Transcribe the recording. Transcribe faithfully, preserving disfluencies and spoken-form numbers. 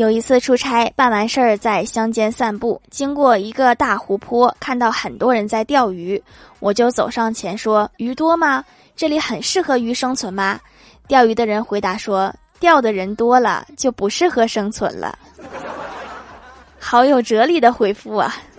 有一次出差，办完事儿在乡间散步，经过一个大湖泊，看到很多人在钓鱼，我就走上前说：“鱼多吗？这里很适合鱼生存吗？”钓鱼的人回答说：“钓的人多了，就不适合生存了。”好有哲理的回复啊！